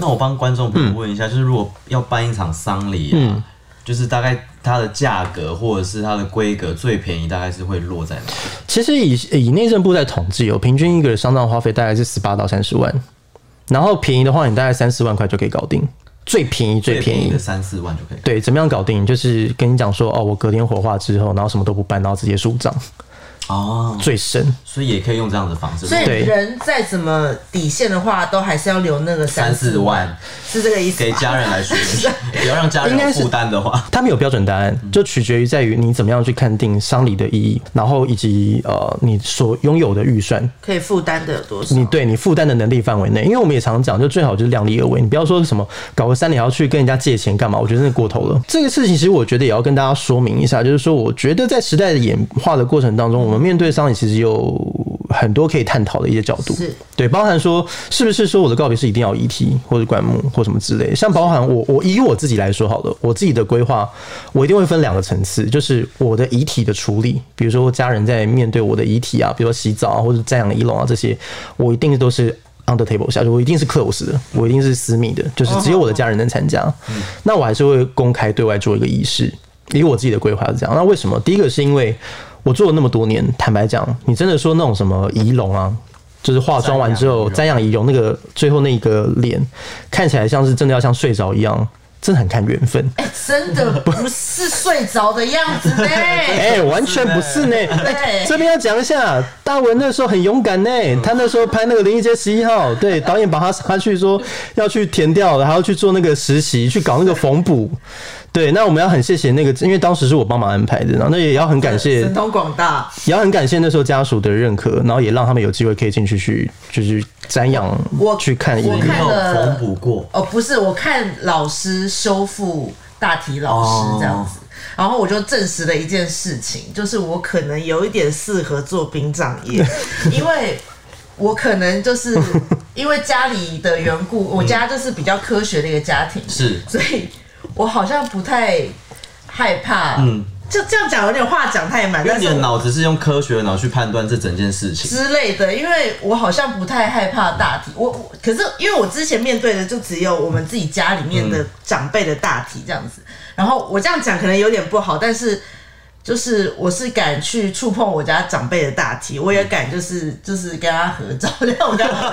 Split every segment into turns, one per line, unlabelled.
我帮观众朋友问一下，就是如果要办一场丧礼啊，就是大概它的价格或者是它的规格最便宜大概是会落在哪里？
其实以内政部在统计平均一个丧葬花费大概是18到30万，然后便宜的话你大概3-4万块就可以搞定。最便宜
的3-4万就可以。
对，怎么样搞定？就是跟你讲说，我隔天火化之后，然后什么都不办，然后直接树葬。最深，
所以也可以用这样的方式。
所以人再怎么底线的话，都还是要留那个3-4万，是这个意思。
给家人来说，不要让家人有负担的话，
他们有标准答案，就取决于在于你怎么样去看定丧礼的意义，然后以及你所拥有的预算
可以负担的有多少？
你负担的能力范围内，因为我们也常讲，就最好就是量力而为。你不要说什么搞个3年要去跟人家借钱干嘛？我觉得那过头了。这个事情其实我觉得也要跟大家说明一下，就是说，我觉得在时代的演化的过程当中，我们面对丧礼其实有很多可以探讨的一些角度，对，包含说是不是说我的告别式一定要有遗体或者棺木或什么之类的，像包含我以我自己来说好了，我自己的规划，我一定会分2个层次，就是我的遗体的处理，比如说家人在面对我的遗体啊，比如说洗澡啊或者瞻仰仪容啊这些，我一定都是 under table 下去，我一定是 close 的，我一定是私密的，就是只有我的家人能参加，那我还是会公开对外做一个仪式，以我自己的规划是这样。那为什么？第一个是因为我做了那么多年，坦白讲，你真的说那种什么仪容啊，就是化妆完之后瞻仰仪容那个最后那个脸看起来像是真的要像睡着一样，真的很看缘分。
真的不是睡着的样子呢。
完全不是呢。这边要讲一下，大文那时候很勇敢呢，他那时候拍那个《灵异街11号》，对，导演把他杀去说要去填掉了，还要去做那个实习，去搞那个缝补。对，那我们要很谢谢那个，因为当时是我帮忙安排的，然后那也要很感谢
神通广大，
也要很感谢那时候家属的认可，然后也让他们有机会可以进去就是瞻仰，去看。
我看了
缝补过
不是，我看老师修复大体老师这样子。然后我就证实了一件事情，就是我可能有一点适合做殡葬业，因为我可能就是因为家里的缘故，我家就是比较科学的一个家庭，
是，
所以我好像不太害怕，就这样讲有点话讲太满，
因为你的脑子是用科学的脑去判断这整件事情
之类的，因为我好像不太害怕大体，可是因为我之前面对的就只有我们自己家里面的长辈的大体这样子，然后我这样讲可能有点不好，但是就是我是敢去触碰我家长辈的大体，我也敢就是跟他合照，让我跟他合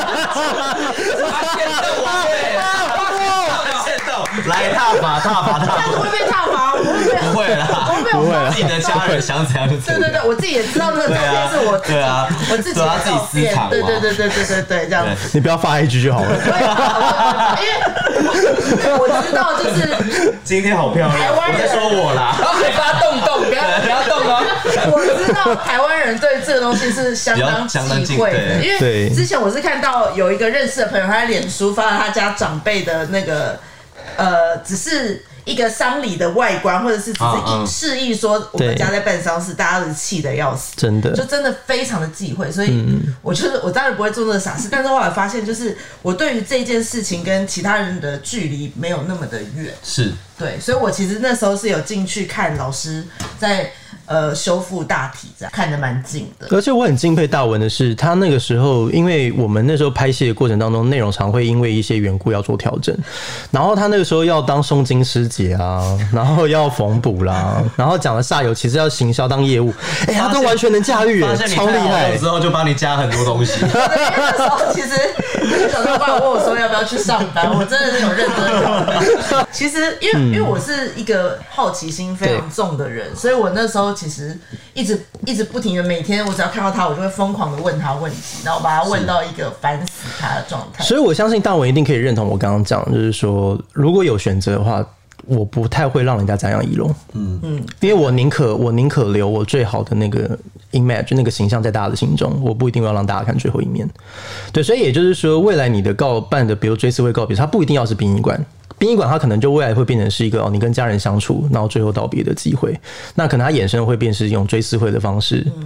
照。来踏伐，这
样子会被踏伐，
不会啦，
不会，
自己的家人想怎样就怎样。
对，我自己也知道那个照片是我自己，我自己的照片，对，这样子。
你不要发 IG 就好了。
因为我知道，就是
今天好漂亮，我在说我啦，
嘴巴动，不要动哦。
我知道台湾人对这个东西是相当忌讳的，因为之前我是看到有一个认识的朋友，他在脸书发了他家长辈的那个。只是一个丧礼的外观，或者是只是示意说我们家在办丧事，大家都是气得要死，
真的，
就真的非常的忌讳。所以我当然不会做那个傻事，但是后来发现，就是我对于这件事情跟其他人的距离没有那么的远，
是
对，所以我其实那时候是有进去看老师在。修复大体这样看得蛮近的，
而且我很敬佩大文的是，他那个时候，因为我们那时候拍戏的过程当中，内容常会因为一些缘故要做调整，然后他那个时候要当诵经师姐啊，然后要缝补啦，然后讲的煞有其事要行销当业务，他都完全能驾驭，超厉害。
之后就帮你加很多东西。
那时候其实小老板问我说要不要去上班，我真的是有认真考虑。其实因为我是一个好奇心非常重的人，所以我那时候。其实一直不停的，每天我只要看到他，我就会疯狂的问他问题，然后把他问到一个烦死他的状态。
所以我相信大文一定可以认同我刚刚讲，就是说，如果有选择的话，我不太会让人家瞻仰仪容，因为我宁可留我最好的那个 image 那个形象在大家的心中，我不一定要让大家看最后一面。对，所以也就是说，未来你的办的，比如追思会告别，它不一定要是殡仪馆。殡仪馆它可能就未来会变成是一个你跟家人相处，然后最后道别的机会。那可能它衍生会变是用追思会的方式。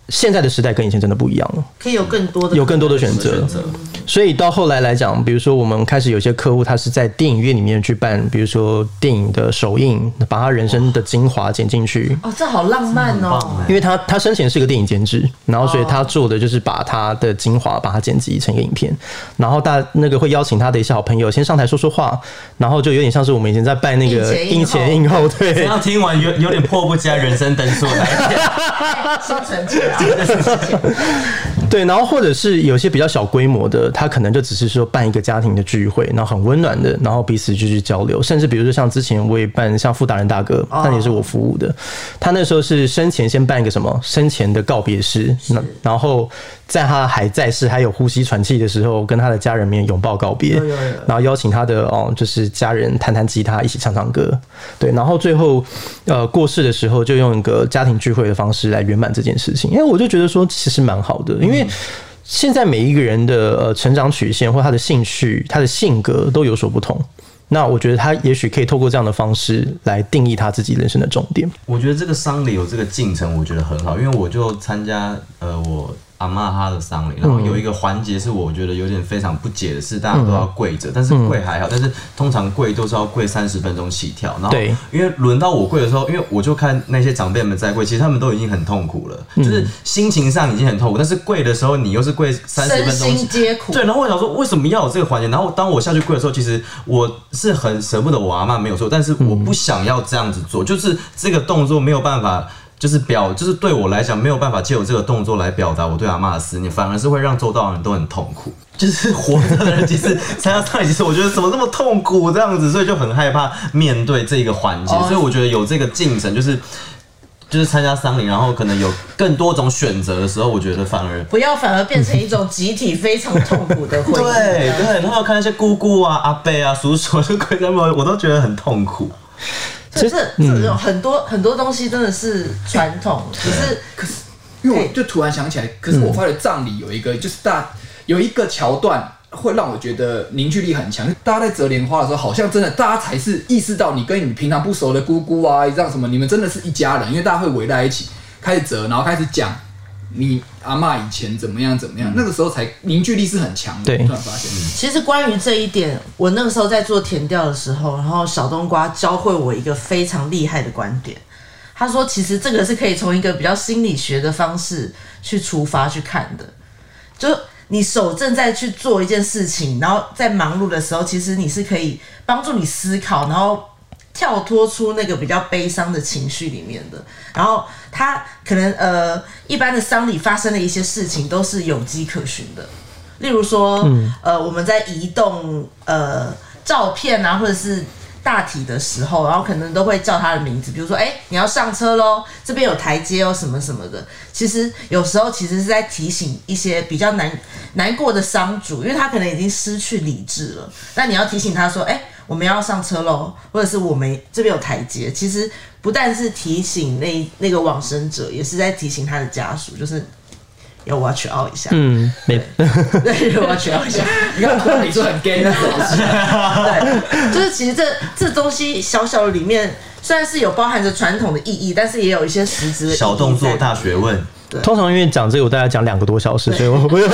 现在的时代跟以前真的不一样了，
可以有更多的
选择。所以到后来来讲，比如说我们开始有些客户，他是在电影院里面去办，比如说电影的首映，把他人生的精华剪进去。
哦，这好浪漫哦！
因为他生前是个电影监制，然后所以他做的就是把他的精华把它剪辑成一个影片，然后那个会邀请他的一些好朋友先上台说说话，然后就有点像是我们以前在办那个映前映后，对。
然后听完有点迫不及待，人生登速来一天，
先成绩啊！
对，然后或者是有些比较小规模的，他可能就只是说办一个家庭的聚会，然后很温暖的，然后彼此就去交流，甚至比如说像之前我也办像傅达人大哥，那也是我服务的，他那时候是生前先办一个什么生前的告别式，然后在他还在世还有呼吸喘气的时候，跟他的家人们拥抱告别，然后邀请他的就是家人弹弹吉他，一起唱唱歌，对，然后最后过世的时候就用一个家庭聚会的方式来圆满这件事情，因为我就觉得说其实蛮好的，因为现在每一个人的成长曲线或他的兴趣、他的性格都有所不同。那我觉得他也许可以透过这样的方式来定义他自己人生的重点。
我觉得这个丧礼有这个进程，我觉得很好，因为我就参加我阿嬷她的丧礼，然后有一个环节是我觉得有点非常不解的是，大家都要跪着，但是跪还好，但是通常跪都是要跪30分钟起跳，然后因为轮到我跪的时候，因为我就看那些长辈们在跪，其实他们都已经很痛苦了，就是心情上已经很痛苦，但是跪的时候你又是跪30分钟，
身心皆苦。
对，然后我想说为什么要有这个环节？然后当我下去跪的时候，其实我是很舍不得我阿嬷没有错，但是我不想要这样子做，就是这个动作没有办法。就是对我来讲没有办法借由这个动作来表达我对阿嬷的思念，反而是会让周遭的人都很痛苦。就是活着的人，其实参加丧礼，其实我觉得怎么那么痛苦这样子，所以就很害怕面对这个环节。所以我觉得有这个进程，就是参加丧礼，然后可能有更多种选择的时候，我觉得反而变成一种集体非常痛苦的回忆。对，然后看那些姑姑啊、阿伯啊、叔叔就跪在那，我都觉得很痛苦。
这种很多东西真的是传统，可是
因为我就突然想起来，可是我发觉葬礼有一个就是有一个桥段会让我觉得凝聚力很强。大家在折莲花的时候，好像真的大家才是意识到你跟你平常不熟的姑姑啊，这样什么，你们真的是一家人，因为大家会围在一起开始折，然后开始讲你阿嬷以前怎么样，那个时候才凝聚力是很强的。对，突然发现。
其实关于这一点，我那个时候在做田调的时候，然后小冬瓜教会我一个非常厉害的观点。他说，其实这个是可以从一个比较心理学的方式去出发去看的。就你手正在去做一件事情，然后在忙碌的时候，其实你是可以帮助你思考，然后跳脱出那个比较悲伤的情绪里面的。然后他可能一般的丧礼发生的一些事情都是有迹可循的，例如说我们在移动照片啊，或者是大体的时候，然后可能都会叫他的名字，比如说你要上车咯，这边有台阶哦，什么什么的。其实有时候其实是在提醒一些比较难过的丧主，因为他可能已经失去理智了，那你要提醒他说我们要上车咯，或者是我们这边有台阶。其实不但是提醒那个往生者，也是在提醒他的家属，就是要 watch out 一下。对，要 watch out 一下。
你看，你说很 gay 那种东西。
对，就是其实这东西小小的里面，虽然是有包含着传统的意义，但是也有一些实质的意义。
小动作大学问。
通常因为讲这个，我大概讲2个多小时，所以我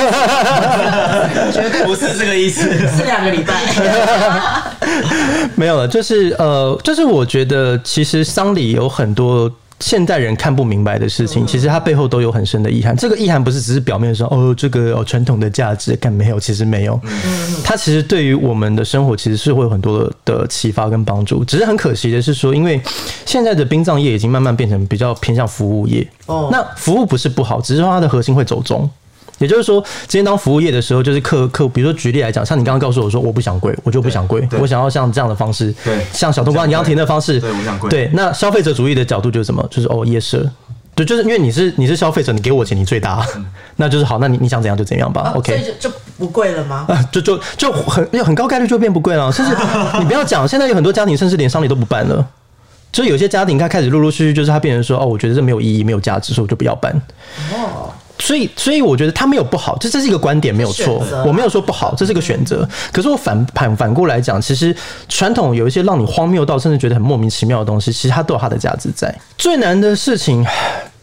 绝对不是这个意思，
是2个礼拜。
没有了，就是我觉得其实丧礼有很多现代人看不明白的事情，其实它背后都有很深的意涵。这个意涵不是只是表面说这个传统的价值，但没有，其实没有。它其实对于我们的生活其实是会有很多的启发跟帮助。只是很可惜的是说，因为现在的殡葬业已经慢慢变成比较偏向服务业。那服务不是不好，只是说它的核心会走中。也就是说，今天当服务业的时候，就是比如说举例来讲，像你刚刚告诉我说我不想跪，我就不想跪，我想要像这样的方式，对，像小冬瓜你刚刚提的方式，
对，我想跪。
对，那消费者主义的角度就是什么？就是夜市，对，就是因为你是消费者，你给我钱，你最大，那就是好，那你想怎样就怎样吧。OK，
所以就不贵了吗？
就很高概率就变不贵了，甚至你不要讲，现在有很多家庭甚至连丧礼都不办了。所以有些家庭开始陆陆续续，就是他变成说我觉得这没有意义、没有价值，所以我就不要办。所以我觉得他没有不好，这是一个观点没有错，我没有说不好，这是个选择。可是我反过来讲，其实传统有一些让你荒谬到甚至觉得很莫名其妙的东西，其实它都有它的价值在。最难的事情，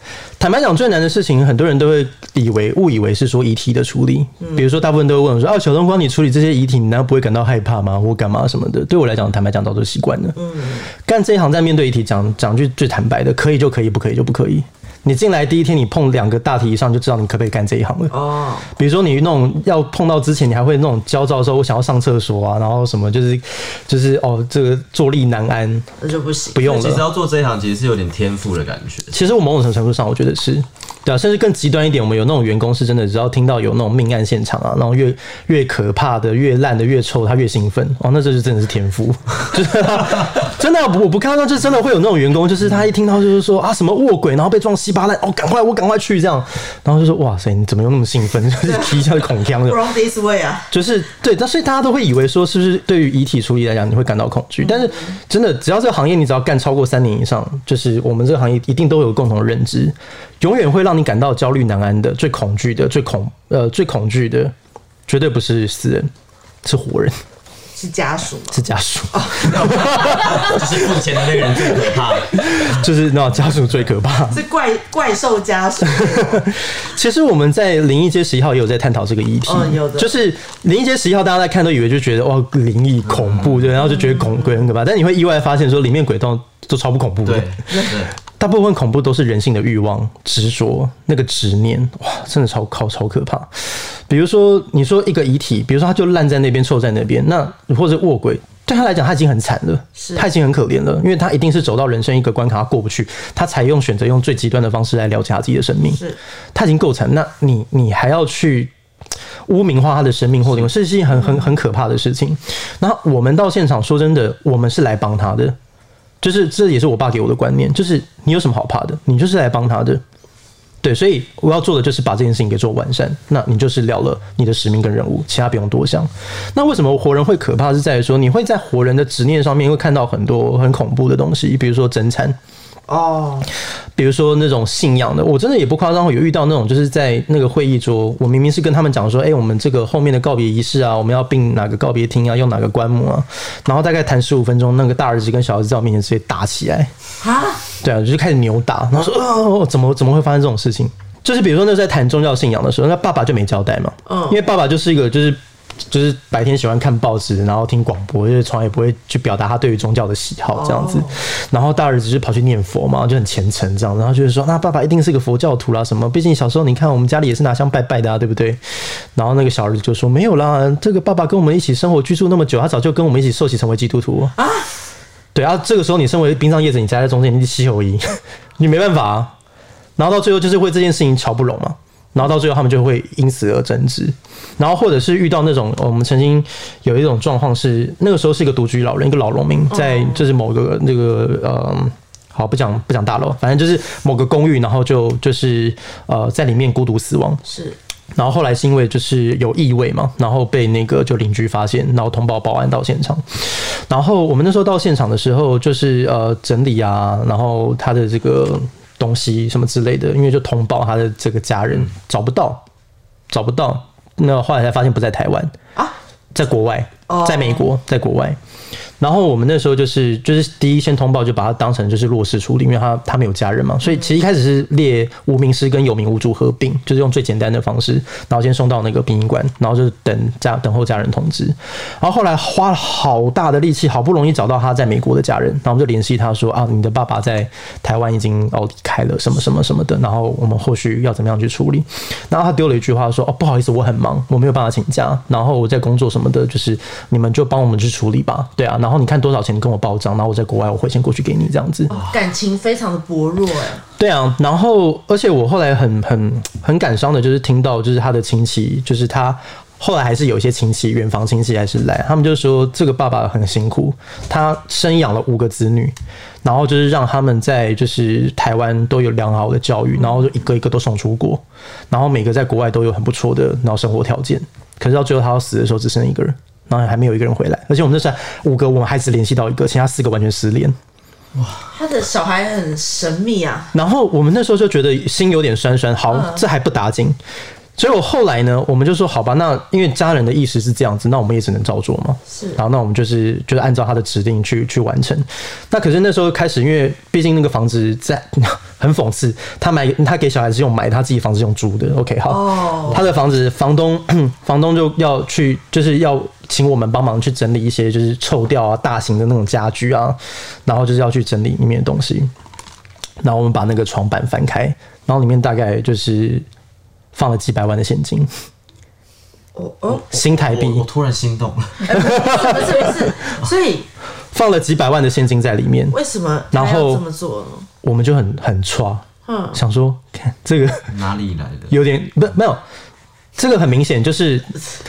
坦白讲，最难的事情，很多人都会误以为是说遗体的处理。比如说，大部分都会问我说：“啊，小冬瓜，你处理这些遗体，你难道不会感到害怕吗？或干嘛什么的？”对我来讲，坦白讲，早就习惯了。干这一行，在面对遗体讲句最坦白的，可以就可以，不可以就不可以。你进来第一天，你碰2个大题以上，就知道你可不可以干这一行了。哦，比如说你那种要碰到之前，你还会那种焦躁的时候，我想要上厕所啊，然后什么就是哦，这个坐立难安，
那就不行，
不用了。
其实要做这一行，其实是有点天赋的感觉。
其实我某种程度上，我觉得是。对啊，甚至更极端一点，我们有那种员工是真的，只要听到有那种命案现场啊，然后越可怕的、越烂的、越臭，他越兴奋。哦，那这就真的是天赋，就是真的，我不看到，就真的会有那种员工，就是他一听到就是说啊什么卧轨，然后被撞稀巴烂，哦，我赶快去这样，然后就说哇塞，你怎么又那么兴奋？就是皮一下就恐慌的。
Wrong this way 啊，
就是对，所以大家都会以为说，是不是对于遗体处理来讲，你会感到恐惧？但是真的，只要这个行业你只要干超过3年以上，就是我们这个行业一定都有共同的认知。永远会让你感到焦虑难安的、最恐惧的、最恐惧的，绝对不是死人，是活人，
是家属吗？
是家属，
就是付钱的那个人最可怕，
就是那家属最可怕，
是怪兽家属。
其实我们在灵异街11号也有在探讨这个议题，
有的，
就是灵异街11号，大家在看都以为就觉得哇灵异恐怖，对，然后就觉得鬼很可怕，但你会意外发现说里面鬼都超不恐怖的，对。大部分恐怖都是人性的欲望、执着、那个执念，哇，真的超可怕。比如说，你说一个遗体，比如说他就烂在那边、臭在那边，那或者卧轨，对他来讲他已经很惨了，他已经很可怜了，因为他一定是走到人生一个关卡，他过不去，他才选择用最极端的方式来了解他自己的生命。他已经够惨，那你还要去污名化他的生命或灵魂，是一件很可怕的事情。然后我们到现场，说真的，我们是来帮他的。就是这也是我爸给我的观念，就是你有什么好怕的，你就是来帮他的，对，所以我要做的就是把这件事情给做完善，那你就是了了你的使命跟任务，其他不用多想。那为什么活人会可怕，是在于说你会在活人的执念上面会看到很多很恐怖的东西，比如说真惨。比如说那种信仰的，我真的也不夸张，有遇到那种就是在那个会议桌，我明明是跟他们讲说，我们这个后面的告别仪式啊，我们要并哪个告别厅啊，用哪个棺木啊，然后大概谈15分钟，那个大儿子跟小儿子在我面前直接打起来啊，对啊，就是开始扭打，然后说怎么会发生这种事情？就是比如说那时候在谈宗教信仰的时候，那爸爸就没交代嘛，因为爸爸就是一个就是白天喜欢看报纸，然后听广播，就是从来也不会去表达他对于宗教的喜好这样子。然后大儿子就跑去念佛嘛，就很虔诚这样，然后就是说，那爸爸一定是个佛教徒啦什么，毕竟小时候你看我们家里也是拿香拜拜的啊，对不对？然后那个小儿子就说没有啦，这个爸爸跟我们一起生活居住那么久，他早就跟我们一起受洗成为基督徒啊。对啊，这个时候你身为殡葬业者，你夹在中间，你是7合1，你没办法啊。然后到最后就是为这件事情吵不拢嘛。然后到最后他们就会因此而争执，然后或者是遇到那种我们曾经有一种状况是那个时候是一个独居老人，一个老农民在就是某个那个好不讲大楼，反正就是某个公寓，然后就是在里面孤独死亡。是。然后后来是因为就是有异味嘛，然后被那个就邻居发现，然后通报报案到现场。然后我们那时候到现场的时候，就是整理啊，然后他的这个东西什么之类的，因为就通报他的这个家人找不到，那后来才发现不在台湾啊，在国外，在美国，在国外。然后我们那时候就是第一先通报，就把他当成就是弱势处理，因为他没有家人嘛，所以其实一开始是列无名尸跟有名无主合并，就是用最简单的方式，然后先送到那个殡仪馆，然后就等候家人通知。然后后来花了好大的力气，好不容易找到他在美国的家人，然后我们就联系他说啊，你的爸爸在台湾已经离开了，什么什么什么的，然后我们后续要怎么样去处理。然后他丢了一句话说，不好意思，我很忙，我没有办法请假，然后我在工作什么的，就是你们就帮我们去处理吧，对啊，然后你看多少钱，你跟我报账，然后我在国外我汇钱过去给你，这样子。
感情非常的薄弱哎。
对啊，然后而且我后来很感伤的，就是听到就是他的亲戚，就是他后来还是有一些亲戚，远房亲戚还是来，他们就说这个爸爸很辛苦，他生养了5个子女，然后就是让他们在就是台湾都有良好的教育，然后就一个一个都送出国，然后每个在国外都有很不错的然后生活条件，可是到最后他要死的时候只剩1个人。然后还没有1个人回来，而且我们那时候5个，我们还只联系到1个，其他4个完全失联。
哇，他的小孩很神秘啊。
然后我们那时候就觉得心有点酸酸，好，这还不打紧。 所以我后来呢，我们就说好吧，那因为家人的意思是这样子，那我们也只能照做嘛。
是，
然后那我们就是按照他的指令去完成。那可是那时候开始，因为毕竟那个房子在很讽刺，他给小孩子用买，他自己房子用租的。OK， 好，他的房子房东就要去，就是要请我们帮忙去整理一些就是臭掉啊、大型的那种家具啊，然后就是要去整理里面的东西。然后我们把那个床板翻开，然后里面大概就是放了几百万的现金。新台币，
我突然心动了。
不是，所以
放了几百万的现金在里面。
为什么
然后
这么做呢？
我们就很歘，想说看这个
哪里来的？
有点没有。这个很明显就是，
是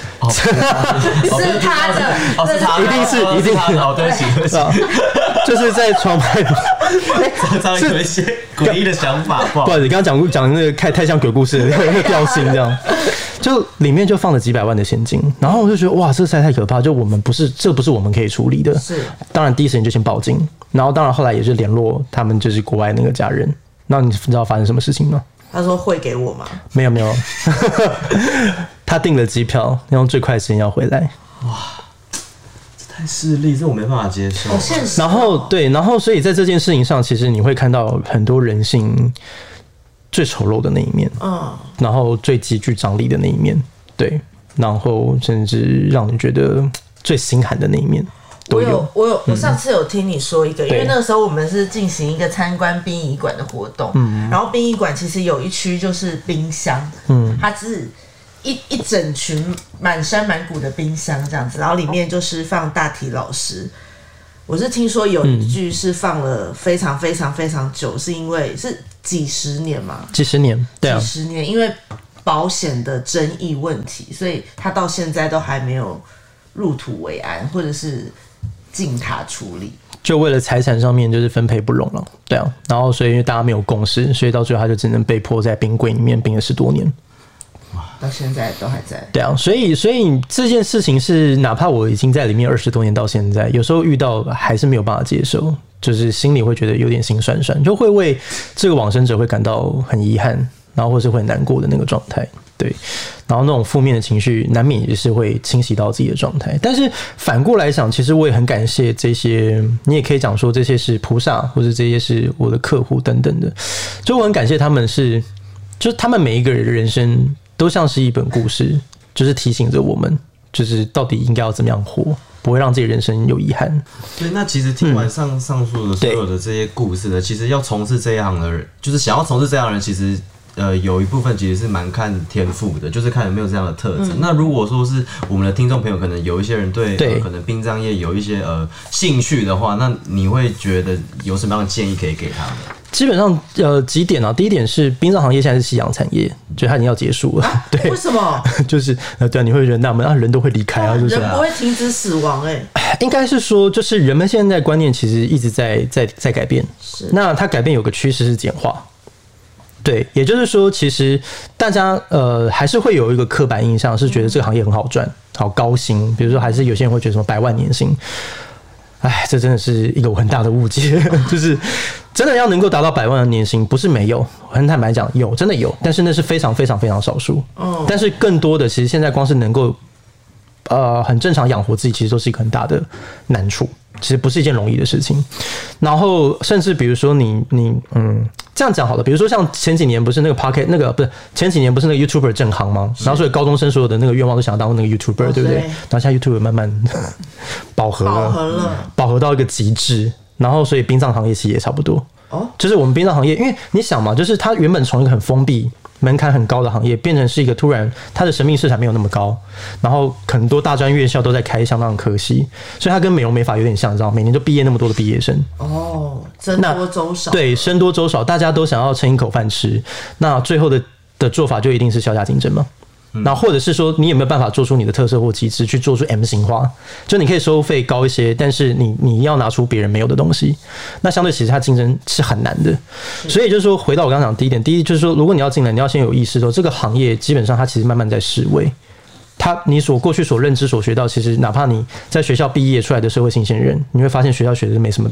他的，
是他的，
一定是
哦，对不起，
就是在床板，
常有一些诡异的想法。
不好意思，刚刚讲那个太像鬼故事的那个调性，这样，就里面就放了几百万的现金，然后我就觉得哇，这实在太可怕，就我们这不是我们可以处理的。
是，
当然第一时间就先报警，然后当然后来也是联络他们就是国外那个家人。那你知道发生什么事情吗？
他说会给我吗？
没有，他订了机票，要用最快的时间要回来。
哇，这太势利，这我没办法接受。
好现实。
然后所以在这件事情上，其实你会看到很多人性最丑陋的那一面，然后最极具张力的那一面，对，然后甚至让你觉得最心寒的那一面。
我上次有听你说一个，因为那个时候我们是进行一个参观殡仪馆的活动，然后殡仪馆其实有一区就是冰箱，它是一整群满山满谷的冰箱这样子，然后里面就是放大体老师。我是听说有一具是放了非常非常非常久，是因为是几十年嘛？
几十年，对啊，
几十年，因为保险的争议问题，所以他到现在都还没有入土为安，或者是进塔处理，
就为了财产上面就是分配不拢了，对啊，然后所以因为大家没有共识，所以到最后他就只能被迫在冰柜里面冰了10多年，
到现在都还在。
对啊，所以这件事情是哪怕我已经在里面20多年到现在，有时候遇到还是没有办法接受，就是心里会觉得有点心酸酸，就会为这个往生者会感到很遗憾，然后或是会很难过的那个状态。对，然后那种负面的情绪难免也是会侵袭到自己的状态。但是反过来想，其实我也很感谢这些，你也可以讲说这些是菩萨，或者这些是我的客户等等的。就我很感谢他们就是他们每一个人的人生都像是一本故事，就是提醒着我们，就是到底应该要怎么样活，不会让自己人生有遗憾。
对，那其实听完上述的所有的这些故事呢，其实要从事这样的人，就是想要从事这样的人，其实有一部分其实是蛮看天赋的，就是看有没有这样的特质。那如果说是我们的听众朋友，可能有一些人对可能殡葬业有一些兴趣的话，那你会觉得有什么样的建议可以给他们？
基本上几点啊？第一点是殡葬行业现在是夕阳产业，就它已经要结束了。对，
为什么？就是
对啊，你会觉得纳闷啊，人都会离开啊，就是
人不会停止死亡
应该是说，就是人们现在观念其实一直在改变。
是，
那它改变有个趋势是简化。对，也就是说，其实大家还是会有一个刻板印象，是觉得这个行业很好赚、好高薪。比如说，还是有些人会觉得什么100万年薪，哎，这真的是一个很大的误解。就是真的要能够达到100万的年薪，不是没有，很坦白讲，有，真的有，但是那是非常非常非常少数。但是更多的，其实现在光是能够很正常养活自己，其实都是一个很大的难处。其实不是一件容易的事情，然后甚至比如说你这样讲好了，比如说像前几年不是那个 Pocket 那个不是前几年不是那个 YouTuber 正行吗？然后所以高中生所有的那个愿望都想要当那个 YouTuber，对不对？然后现在 YouTuber 慢慢饱和到一个极致，然后所以殡葬行业其实也差不多。就是我们殡葬行业，因为你想嘛，就是它原本从一个很封闭、门槛很高的行业，变成是一个突然它的生命市场没有那么高，然后很多大专院校都在开相当的科系，所以它跟美容美发有点像，你知道，每年就毕业那么多的毕业生。
僧多粥少。
对，僧多粥少，大家都想要撑一口饭吃，那最后的做法就一定是削价竞争嘛。那或者是说，你有没有办法做出你的特色或机制，去做出 M 型化？就你可以收费高一些，但是你要拿出别人没有的东西，那相对其实它竞争是很难的。所以就是说，回到我刚刚讲第一点，第一就是说，如果你要进来，你要先有意识说，这个行业基本上它其实慢慢在式微。你过去所认知所学到，其实哪怕你在学校毕业出来的社会新鲜人，你会发现学校学的没什么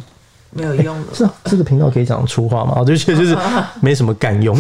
没有用了。
是啊，这个频道可以讲粗话吗？就是没什么敢用，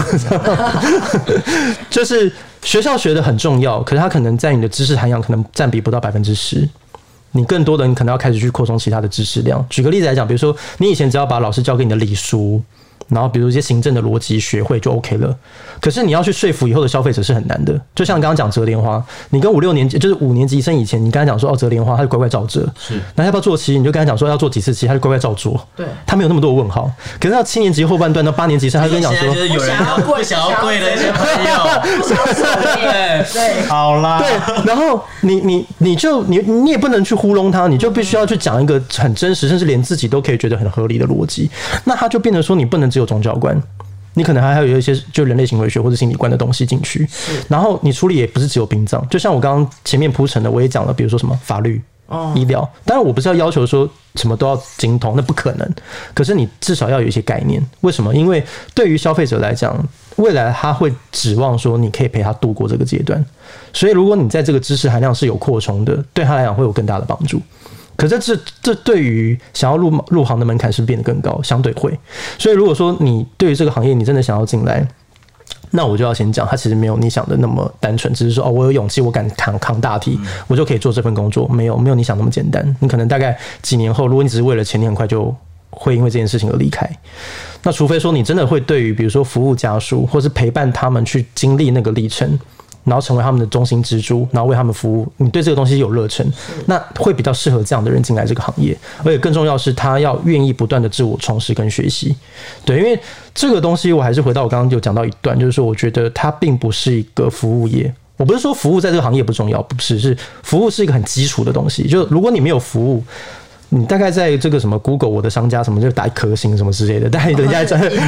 就是学校学的很重要，可是它可能在你的知识涵养可能占比不到10%。你更多的你可能要开始去扩充其他的知识量。举个例子来讲，比如说你以前只要把老师教给你的理书，然后比如一些行政的逻辑学会就 OK 了。可是你要去说服以后的消费者是很难的。就像刚刚讲折莲花，你跟5、6年级就是5年级生以前，你跟他讲说折莲花，他就乖乖照折。
是，
那要不要做漆？你就跟他讲说要做几次漆，他就乖乖照做。
对，
他没有那么多的问号。可是到7年级后半段到8年级生，他就跟你讲说，
就是有人不想要跪的一些朋友，
不想要对，
好啦，
对，然后你也不能去糊弄他，你就必须要去讲一个很真实，甚至连自己都可以觉得很合理的逻辑。那他就变成说，你不能只有宗教观。你可能还有一些就人类行为学或者心理观的东西进去，然后你处理也不是只有殡葬，就像我刚刚前面铺陈的，我也讲了，比如说什么法律、医疗，当然我不是要求说什么都要精通，那不可能。可是你至少要有一些概念，为什么？因为对于消费者来讲，未来他会指望说你可以陪他度过这个阶段，所以如果你在这个知识含量是有扩充的，对他来讲会有更大的帮助。可是这对于想要入行的门槛是不是变得更高？相对会。所以如果说你对于这个行业你真的想要进来，那我就要先讲，它其实没有你想的那么单纯，只是说我有勇气，我敢扛大题，我就可以做这份工作。没有你想那么简单。你可能大概几年后，如果你只是为了钱，你很快就会因为这件事情而离开。那除非说你真的会对于比如说服务家属，或是陪伴他们去经历那个历程，然后成为他们的中心支柱，然后为他们服务，你对这个东西有热忱，那会比较适合这样的人进来这个行业。而且更重要的是，他要愿意不断的自我充实跟学习。对，因为这个东西我还是回到我刚刚有讲到一段，就是说我觉得它并不是一个服务业。我不是说服务在这个行业不重要，不是，是服务是一个很基础的东西。就如果你没有服务，你大概在这个什么 Google 我的商家什么就打1颗星什么之类的，但人家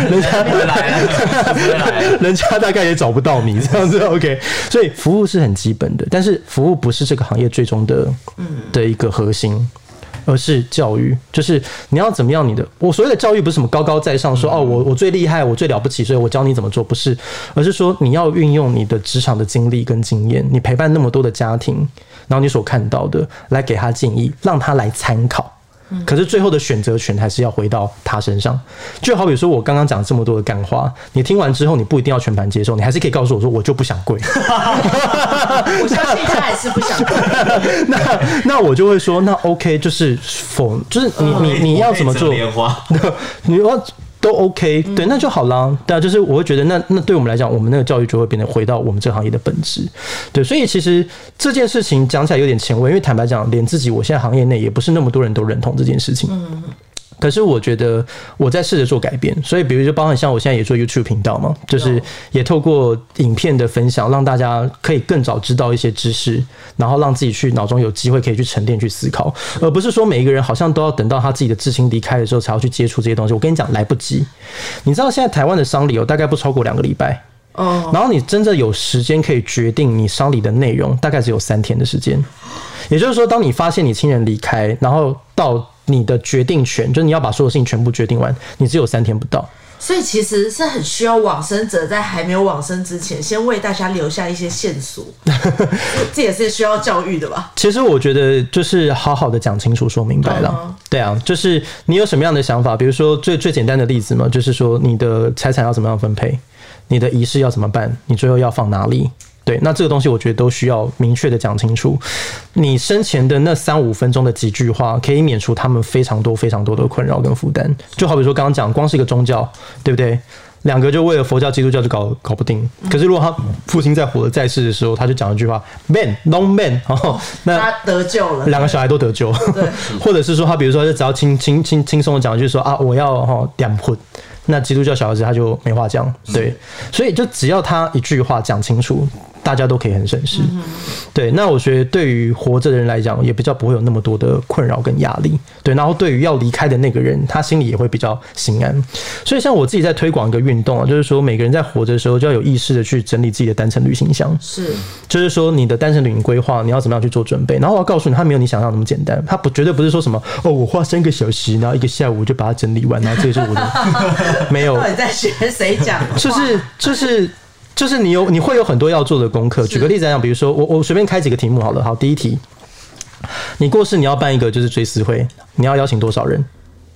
大概也找不到你这样子 OK。所以服务是很基本的，但是服务不是这个行业最终的一个核心，而是教育。就是你要怎么样我所谓的教育不是什么高高在上说我最厉害我最了不起所以我教你怎么做，不是，而是说你要运用你的职场的经历跟经验，你陪伴那么多的家庭，然后你所看到的来给他建议，让他来参考。可是最后的选择权还是要回到他身上。就好比说我刚刚讲这么多的干话，你听完之后你不一定要全盘接受，你还是可以告诉我说我就不想跪。
我相信他还是不想跪。
那我就会说那 OK， 就是就是你要怎么做，你要都 OK， 对，那就好啦。对啊，就是我会觉得那对我们来讲，我们那个教育就会变得回到我们这个行业的本质。对，所以其实这件事情讲起来有点前卫，因为坦白讲，连自己我现在行业内也不是那么多人都认同这件事情。可是我觉得我在试着做改变，所以比如说包含像我现在也做 YouTube 频道嘛，就是也透过影片的分享，让大家可以更早知道一些知识，然后让自己去脑中有机会可以去沉淀去思考，而不是说每一个人好像都要等到他自己的至亲离开的时候才要去接触这些东西。我跟你讲，来不及。你知道现在台湾的丧礼大概不超过2个礼拜。然后你真正有时间可以决定你丧礼的内容，大概只有3天的时间。也就是说，当你发现你亲人离开，然后到你的决定权，就是你要把所有事情全部决定完，你只有3天不到。
所以其实是很需要往生者在还没有往生之前，先为大家留下一些线索。这也是需要教育的吧？
其实我觉得就是好好的讲清楚、说明白了。对啊，就是你有什么样的想法，比如说最简单的例子嘛，就是说你的财产要怎么样分配，你的仪式要怎么办，你最后要放哪里。对，那这个东西我觉得都需要明确的讲清楚。你生前的那3-5分钟的几句话，可以免除他们非常多的困扰跟负担。就好比说刚刚讲，光是一个宗教，对不对？2个就为了佛教、基督教就搞不定。可是如果他父亲在活在世的时候，他就讲一句话 ，man long man， 那
他得救了，
2个小孩都得救。对，或者是说他比如说只要轻松的讲一句说我要点混。那基督教小孩子他就没话讲，对，所以就只要他一句话讲清楚，大家都可以很省事。对，那我觉得对于活着的人来讲，也比较不会有那么多的困扰跟压力。对，然后对于要离开的那个人，他心里也会比较心安。所以像我自己在推广一个运动就是说每个人在活着的时候就要有意识的去整理自己的单程旅行箱。
是，
就是说你的单程旅行规划，你要怎么样去做准备。然后我要告诉你，他没有你想象那么简单，他绝对不是说什么我花3个小时，然后1个下午就把它整理完，然后这个就是我的。没有，
到底在学谁讲？
就是你会有很多要做的功课。举个例子来讲，比如说我随便开几个题目好了。好，第一题，你过世你要办一个就是追思会，你要邀请多少人？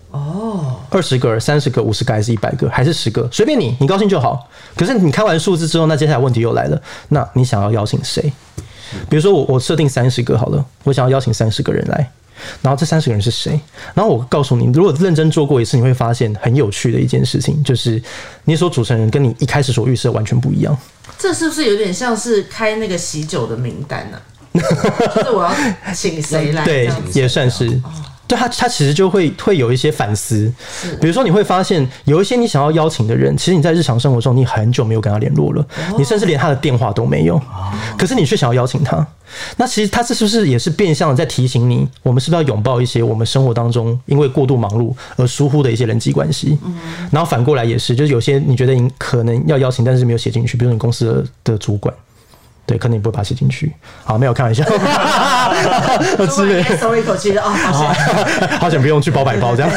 20个、30个、50个还是100个还是10个，随便你高兴就好。可是你开完数字之后，那接下来问题又来了，那你想要邀请谁？比如说我设定30个好了，我想要邀请30个人来，然后这30个人是谁？然后我告诉你，如果认真做过一次，你会发现很有趣的一件事情，就是你所组成人跟你一开始所预设完全不一样。
这是不是有点像是开那个喜酒的名单呢？就是我要请谁来？
对，也算是。对他其实就会有一些反思，比如说你会发现有一些你想要邀请的人，其实你在日常生活中你很久没有跟他联络了，你甚至连他的电话都没有，可是你却想要邀请他。那其实他这是不是也是变相的在提醒你，我们是不是要拥抱一些我们生活当中因为过度忙碌而疏忽的一些人际关系？然后反过来也是，就是有些你觉得你可能要邀请，但是没有写进去，比如你公司的主管。对，可能你不会把它写进去。好，没有开玩笑。之类，
松了一口气，
好想不用去包百包这样。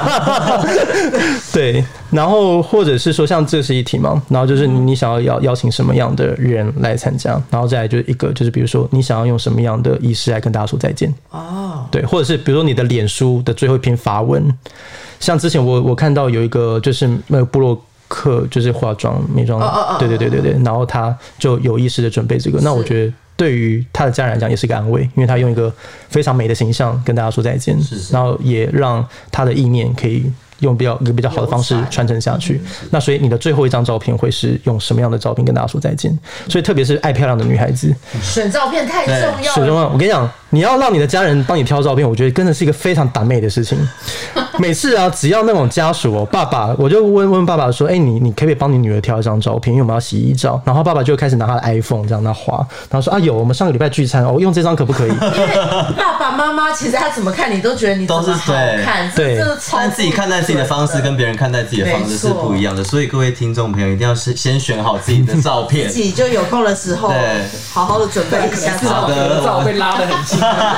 对，然后或者是说，像这是一题嘛，然后就是你想要邀请什么样的人来参加，然后再来就是一个就是比如说你想要用什么样的仪式来跟大家说再见。对，或者是比如说你的脸书的最后一篇发文，像之前我看到有一个就是那个部落。就是化妆美妆，对，然后他就有意识的准备这个，那我觉得对于他的家人来讲也是个安慰，因为他用一个非常美的形象跟大家说再见，然后也让他的意念可以用一个比较好的方式传承下去。那所以你的最后一张照片会是用什么样的照片跟大家说再见？所以特别是爱漂亮的女孩子，
选照片太重要了。
我跟你讲，你要让你的家人帮你挑照片，我觉得真的是一个非常打妹的事情。每次啊，只要那种家属爸爸，我就问爸爸说：“你可不可以帮你女儿挑一张照片？因为我们要洗衣照。”然后爸爸就开始拿他的 iPhone 这样那滑，然后说：“有，我们上个礼拜聚餐用这张可不可以？”因
为爸爸妈妈其实他怎么看你都觉得你都是好看，
对，
但自己看待自己的方式跟别人看待自己的方式是不一样的，所以各位听众朋友一定要先选好自己的照片，
自己就有空的时候，好好的准备一下。
好的，照被拉得很近。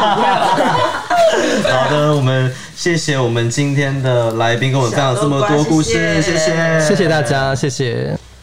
好的，我们谢谢我们今天的来宾跟我们分享这么多故事，谢谢
大家，谢谢。